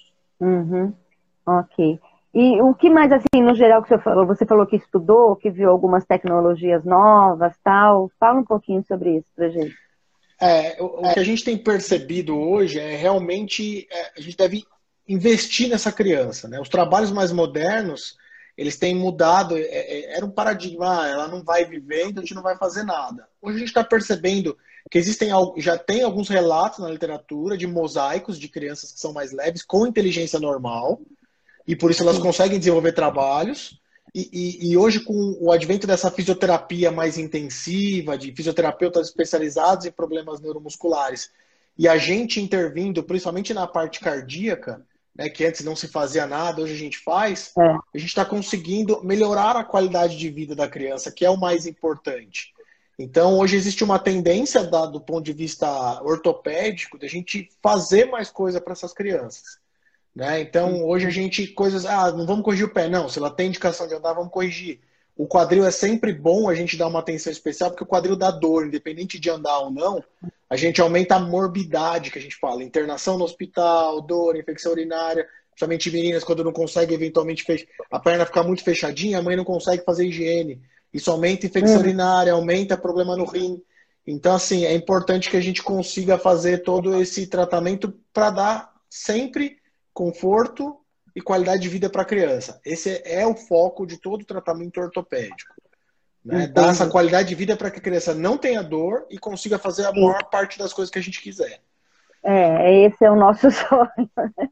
[SPEAKER 2] Uhum. Ok. E o que mais, assim, no geral, que você falou? Você falou que estudou, que viu algumas tecnologias novas, tal. Fala um pouquinho sobre isso pra gente.
[SPEAKER 3] É, o, o que a gente tem percebido hoje é realmente é, a gente deve investir nessa criança, né? Os trabalhos mais modernos, eles têm mudado, é, é, era um paradigma, ah, ela não vai viver, então a gente não vai fazer nada. Hoje a gente está percebendo que existem, já tem alguns relatos na literatura de mosaicos de crianças que são mais leves com inteligência normal, e por isso elas
[SPEAKER 2] Sim.
[SPEAKER 3] conseguem desenvolver trabalhos. E, e, e hoje, com o advento dessa fisioterapia mais intensiva, de fisioterapeutas especializados em problemas neuromusculares, e a gente intervindo, principalmente na parte cardíaca, né, que antes não se fazia nada, hoje a gente faz,
[SPEAKER 2] É.
[SPEAKER 3] a gente está conseguindo melhorar a qualidade de vida da criança, que é o mais importante. Então, hoje existe uma tendência, da, do ponto de vista ortopédico, de a gente fazer mais coisa para essas crianças. Né? Então, hoje a gente, coisas, ah, não vamos corrigir o pé, não, se ela tem indicação de andar, vamos corrigir. O quadril é sempre bom a gente dar uma atenção especial, porque o quadril dá dor, independente de andar ou não, a gente aumenta a morbidade, que a gente fala, internação no hospital, dor, infecção urinária, principalmente meninas, quando não conseguem eventualmente, fech... a perna ficar muito fechadinha, a mãe não consegue fazer higiene. Isso aumenta a infecção
[SPEAKER 2] Uhum.
[SPEAKER 3] urinária, aumenta problema no rim. Então, assim, é importante que a gente consiga fazer todo esse tratamento para dar sempre conforto e qualidade de vida para a criança. Esse é o foco de todo o tratamento ortopédico. Né? Dar essa qualidade de vida para que a criança não tenha dor e consiga fazer a maior parte das coisas que a gente quiser.
[SPEAKER 2] É, esse é o nosso sonho.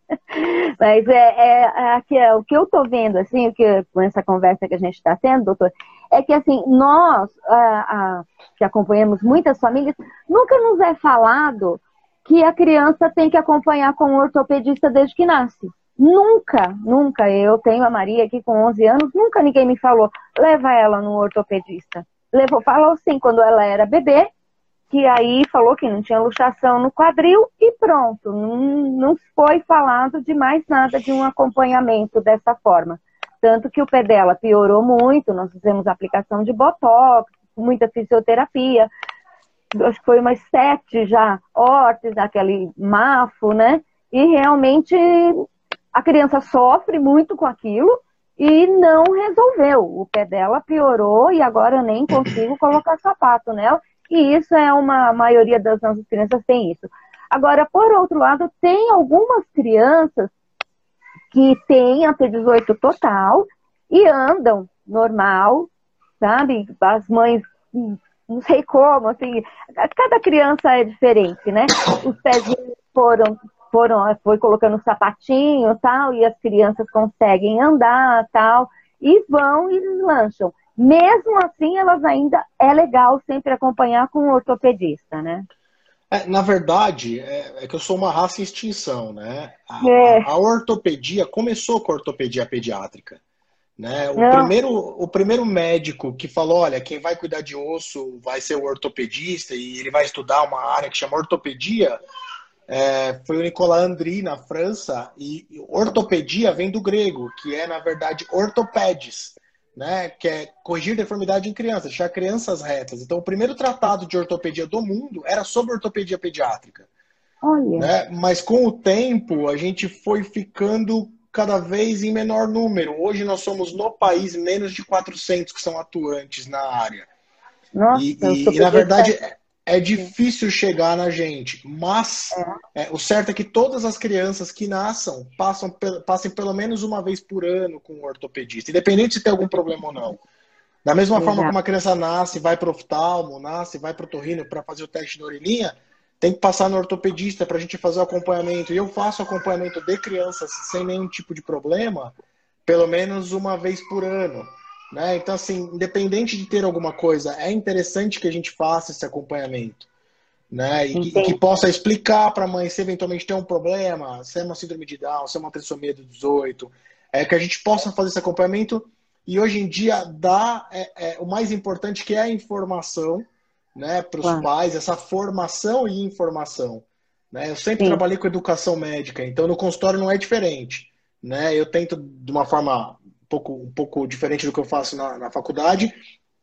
[SPEAKER 2] Mas é, é, é, é, é o que eu estou vendo, assim, o que, com essa conversa que a gente está tendo, doutor, é que, assim, nós, a, a, que acompanhamos muitas famílias, nunca nos é falado que a criança tem que acompanhar com um ortopedista desde que nasce. Nunca, nunca. Eu tenho a Maria aqui com onze anos, nunca ninguém me falou, leva ela no ortopedista. Levou, falou sim, quando ela era bebê, que aí falou que não tinha luxação no quadril e pronto. Não, não foi falado de mais nada de um acompanhamento dessa forma. Tanto que o pé dela piorou muito, nós fizemos aplicação de botox, muita fisioterapia, acho que foi umas sete já hortes, aquele mafo, né? E realmente a criança sofre muito com aquilo e não resolveu. O pé dela piorou e agora eu nem consigo colocar sapato nela. E isso é uma, a maioria das nossas crianças tem isso. Agora, por outro lado, tem algumas crianças que têm até dezoito total e andam normal, sabe? As mães, não sei como, assim, cada criança é diferente, né? Os pezinhos foram, foram foi colocando sapatinho, tal, e as crianças conseguem andar, tal. e vão e deslancham. Mesmo assim, elas ainda é legal sempre acompanhar com o ortopedista, né?
[SPEAKER 3] É, na verdade, é, é que eu sou uma raça em extinção, né? A,
[SPEAKER 2] É.
[SPEAKER 3] a, a ortopedia começou com a ortopedia pediátrica, né? O
[SPEAKER 2] Não.
[SPEAKER 3] primeiro, o primeiro médico que falou, olha, quem vai cuidar de osso vai ser o ortopedista e ele vai estudar uma área que chama ortopedia, é, foi o Nicolas Andri, na França, e ortopedia vem do grego, que é, na verdade, ortopedes, né? Que é corrigir deformidade em crianças, deixar crianças retas. Então, o primeiro tratado de ortopedia do mundo era sobre ortopedia pediátrica.
[SPEAKER 2] Olha.
[SPEAKER 3] Né? Mas com o tempo, a gente foi ficando cada vez em menor número. Hoje nós somos, no país, menos de quatrocentos que são atuantes na área.
[SPEAKER 2] Nossa,
[SPEAKER 3] E, e, e na verdade, é, é difícil chegar na gente. Mas é. É, o certo é que todas as crianças que nasçam passam, passem pelo menos uma vez por ano com o ortopedista, independente se tem algum problema ou não. Da mesma Legal. Forma que uma criança nasce, vai para o oftalmo, nasce, vai para o otorrino para fazer o teste de orelhinha, tem que passar no ortopedista para a gente fazer o acompanhamento. E eu faço acompanhamento de crianças sem nenhum tipo de problema, pelo menos uma vez por ano. Né? Então, assim, independente de ter alguma coisa, é interessante que a gente faça esse acompanhamento. Né? E, que, e que possa explicar para a mãe se eventualmente tem um problema, se é uma síndrome de Down, se é uma trissomia do dezoito, é, que a gente possa fazer esse acompanhamento. E hoje em dia, dá é, é, o mais importante, que é a informação, né, para os claro. Pais, essa formação e informação. Né? Eu sempre Sim. trabalhei com educação médica, então no consultório não é diferente. Né? Eu tento, de uma forma um pouco, um pouco diferente do que eu faço na, na faculdade,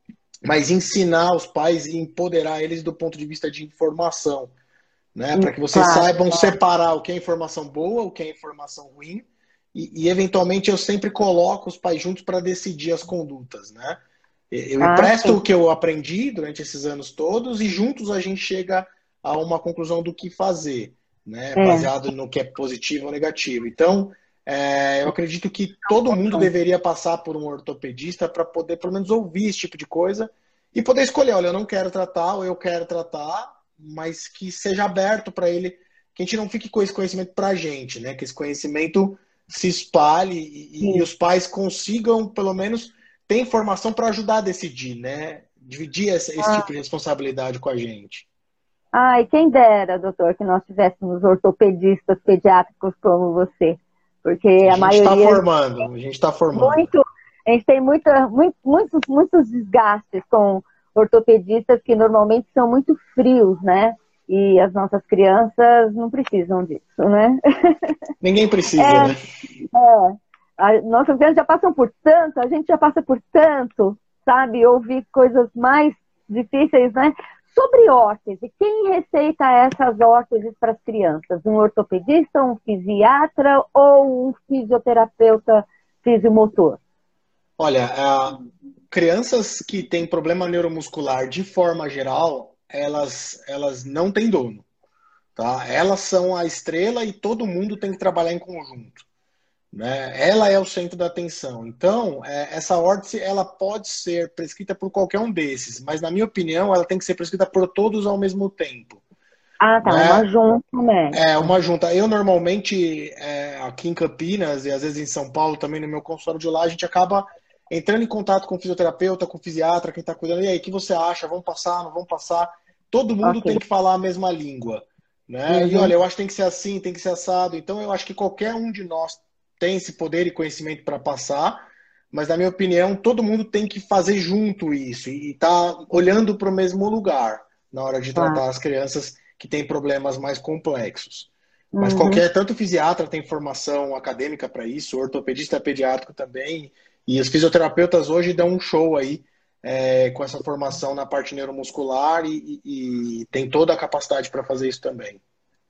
[SPEAKER 3] mas ensinar os pais e empoderar eles do ponto de vista de informação. Né? Para que vocês claro. Saibam separar o que é informação boa, o que é informação ruim, e, e eventualmente eu sempre coloco os pais juntos para decidir as condutas. Né? Eu ah, empresto sim. o que eu aprendi durante esses anos todos e juntos a gente chega a uma conclusão do que fazer, né? É. Baseado no que é positivo ou negativo. Então, é, eu acredito que todo mundo deveria passar por um ortopedista para poder, pelo menos, ouvir esse tipo de coisa e poder escolher, olha, eu não quero tratar ou eu quero tratar, mas que seja aberto para ele, que a gente não fique com esse conhecimento para a gente, né? Que esse conhecimento se espalhe e, e os pais consigam, pelo menos, ter informação para ajudar a decidir, né? Dividir esse, esse ah. tipo de responsabilidade com a gente.
[SPEAKER 2] Ai, quem dera, doutor, que nós tivéssemos ortopedistas pediátricos como você. Porque a, a maioria...
[SPEAKER 3] A gente está formando, a gente está formando.
[SPEAKER 2] Muito, a gente tem muita, muito, muitos, muitos desgastes com ortopedistas que normalmente são muito frios, né? E as nossas crianças não precisam disso, né?
[SPEAKER 3] Ninguém precisa,
[SPEAKER 2] é,
[SPEAKER 3] né?
[SPEAKER 2] É. A nossas crianças já passam por tanto, a gente já passa por tanto, sabe? Ouvir coisas mais difíceis, né? Sobre órtese, quem receita essas órteses para as crianças? Um ortopedista, um fisiatra ou um fisioterapeuta fisiomotor?
[SPEAKER 3] Olha, uh, crianças que têm problema neuromuscular de forma geral, elas, elas não têm dono. Tá? Elas são a estrela e todo mundo tem que trabalhar em conjunto. Né? Ela é o centro da atenção. Então, é, essa órtese ela pode ser prescrita por qualquer um desses, mas na minha opinião ela tem que ser prescrita por todos ao mesmo tempo.
[SPEAKER 2] Ah, tá, né? Uma junta, né?
[SPEAKER 3] É, uma junta. Eu normalmente, é, aqui em Campinas e às vezes em São Paulo também, no meu consultório de lá, a gente acaba entrando em contato com o fisioterapeuta, com o fisiatra, quem está cuidando. E aí, o que você acha? Vamos passar, não vamos passar? Todo mundo okay. tem que falar a mesma língua. Né? Uhum. E olha, eu acho que tem que ser assim, tem que ser assado. Então, eu acho que qualquer um de nós tem esse poder e conhecimento para passar, mas na minha opinião, todo mundo tem que fazer junto isso e tá olhando para o mesmo lugar na hora de tratar ah. as crianças que têm problemas mais complexos. Uhum. Mas qualquer, tanto fisiatra tem formação acadêmica para isso, ortopedista pediátrico também, e os fisioterapeutas hoje dão um show aí é, com essa formação na parte neuromuscular e, e, e tem toda a capacidade para fazer isso também.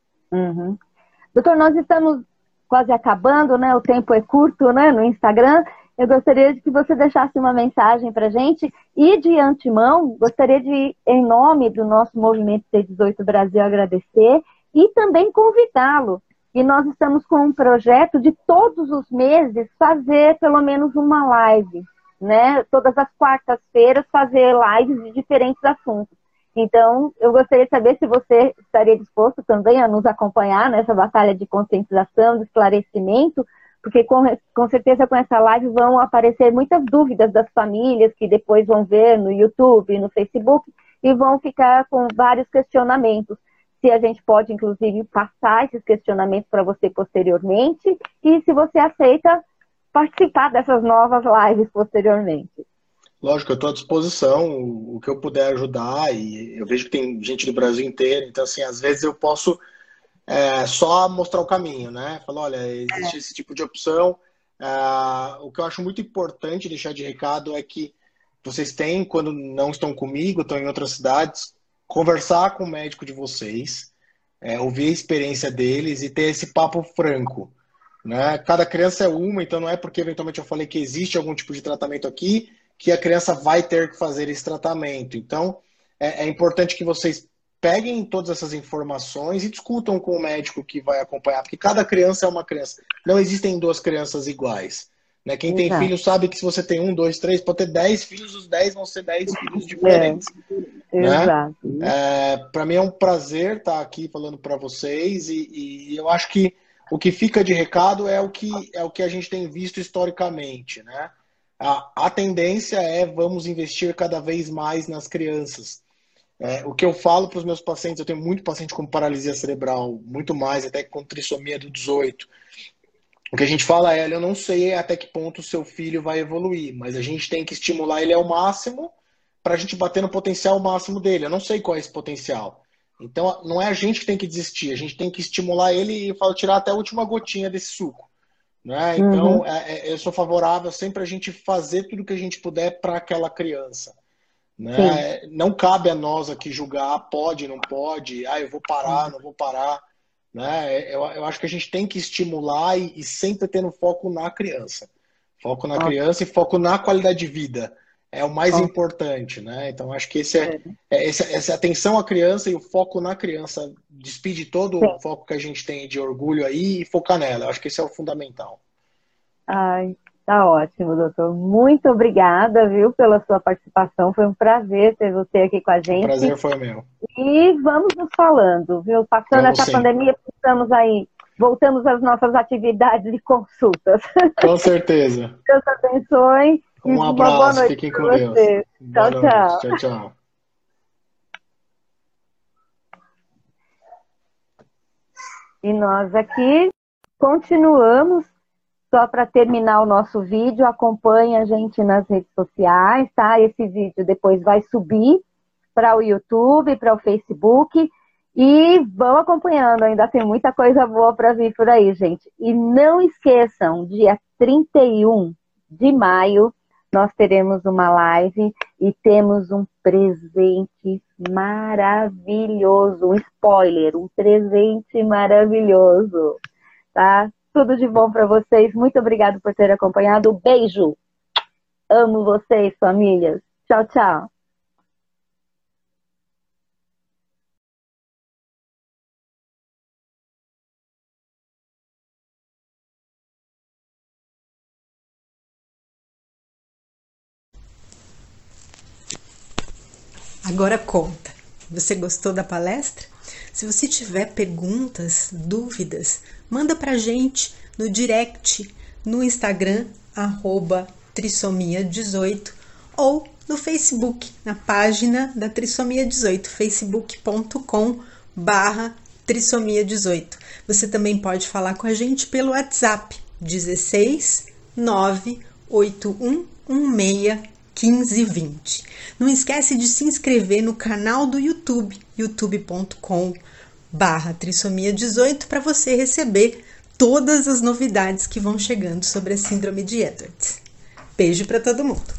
[SPEAKER 2] Uhum. Doutor, nós estamos quase acabando, né? O tempo é curto, né? No Instagram. Eu gostaria de que você deixasse uma mensagem para a gente e, de antemão, gostaria de, em nome do nosso Movimento T dezoito Brasil, agradecer e também convidá-lo. E nós estamos com um projeto de todos os meses fazer pelo menos uma live, né? Todas as quartas-feiras fazer lives de diferentes assuntos. Então, eu gostaria de saber se você estaria disposto também a nos acompanhar nessa batalha de conscientização, de esclarecimento, porque com, com certeza com essa live vão aparecer muitas dúvidas das famílias que depois vão ver no YouTube, no Facebook, e vão ficar com vários questionamentos. Se a gente pode, inclusive, passar esses questionamentos para você posteriormente, e se você aceita participar dessas novas lives posteriormente.
[SPEAKER 3] Lógico, eu estou à disposição, o que eu puder ajudar, e eu vejo que tem gente do Brasil inteiro, então, assim, às vezes eu posso é, só mostrar o caminho, né? Falar, olha, existe é. esse tipo de opção. É, o que eu acho muito importante deixar de recado é que vocês têm, quando não estão comigo, estão em outras cidades, conversar com o médico de vocês, é, ouvir a experiência deles e ter esse papo franco, né? Cada criança é uma, então não é porque eventualmente eu falei que existe algum tipo de tratamento aqui que a criança vai ter que fazer esse tratamento. Então, é, é importante que vocês peguem todas essas informações e discutam com o médico que vai acompanhar, porque cada criança é uma criança. Não existem duas crianças iguais. Né? Quem Exato. Tem filho sabe que se você tem um, dois, três, pode ter dez filhos, os dez vão ser dez filhos diferentes. É. Né? Exato. É, para mim é um prazer estar aqui falando para vocês e, e eu acho que o que fica de recado é o que, é o que a gente tem visto historicamente, né? A, a tendência é vamos investir cada vez mais nas crianças. É, o que eu falo para os meus pacientes, eu tenho muito paciente com paralisia cerebral, muito mais, até com trissomia do dezoito. O que a gente fala é, eu não sei até que ponto o seu filho vai evoluir, mas a gente tem que estimular ele ao máximo para a gente bater no potencial máximo dele. Eu não sei qual é esse potencial. Então, não é a gente que tem que desistir, a gente tem que estimular ele e falo, tirar até a última gotinha desse suco. Né? Então, uhum. é, eu sou favorável sempre a gente fazer tudo que a gente puder para aquela criança. Né? Não cabe a nós aqui julgar, pode, não pode, ah, eu vou parar, uhum. não vou parar. Né? Eu, eu acho que a gente tem que estimular e, e sempre tendo foco na criança. Foco na uhum. criança e foco na qualidade de vida. É o mais uhum. importante. Né? Então, acho que esse é, é, esse, essa atenção à criança e o foco na criança despide todo Sim. o foco que a gente tem de orgulho aí e focar nela. Eu acho que esse é o fundamental.
[SPEAKER 2] Ai, tá ótimo, doutor. Muito obrigada, viu, pela sua participação. Foi um prazer ter você aqui com a gente.
[SPEAKER 3] O prazer foi meu.
[SPEAKER 2] E vamos nos falando, viu? Passando vamos essa sim. pandemia, estamos aí, voltamos às nossas atividades de consultas.
[SPEAKER 3] Com certeza.
[SPEAKER 2] Deus abençoe.
[SPEAKER 3] Um abraço, fiquem com Deus.
[SPEAKER 2] Tchau, tchau.
[SPEAKER 3] Tchau, tchau.
[SPEAKER 2] E nós aqui continuamos. Só para terminar o nosso vídeo, acompanhe a gente nas redes sociais, tá? Esse vídeo depois vai subir para o YouTube, para o Facebook. E vão acompanhando, ainda tem muita coisa boa para vir por aí, gente. E não esqueçam, dia trinta e um de maio, nós teremos uma live e temos um presente maravilhoso, um spoiler, um presente maravilhoso, tá? Tudo de bom para vocês. Muito obrigado por ter acompanhado. Beijo. Amo vocês, famílias. Tchau, tchau.
[SPEAKER 1] Agora conta. Você gostou da palestra? Se você tiver perguntas, dúvidas, manda pra gente no direct, no Instagram, arroba trissomia dezoito, ou no Facebook, na página da Trissomia dezoito, facebook ponto com barra trissomia dezoito. Você também pode falar com a gente pelo WhatsApp, dezesseis nove oito um um seis um cinco dois zero. Não esquece de se inscrever no canal do YouTube, youtube ponto com barra trissomia dezoito, para você receber todas as novidades que vão chegando sobre a síndrome de Edwards. Beijo para todo mundo!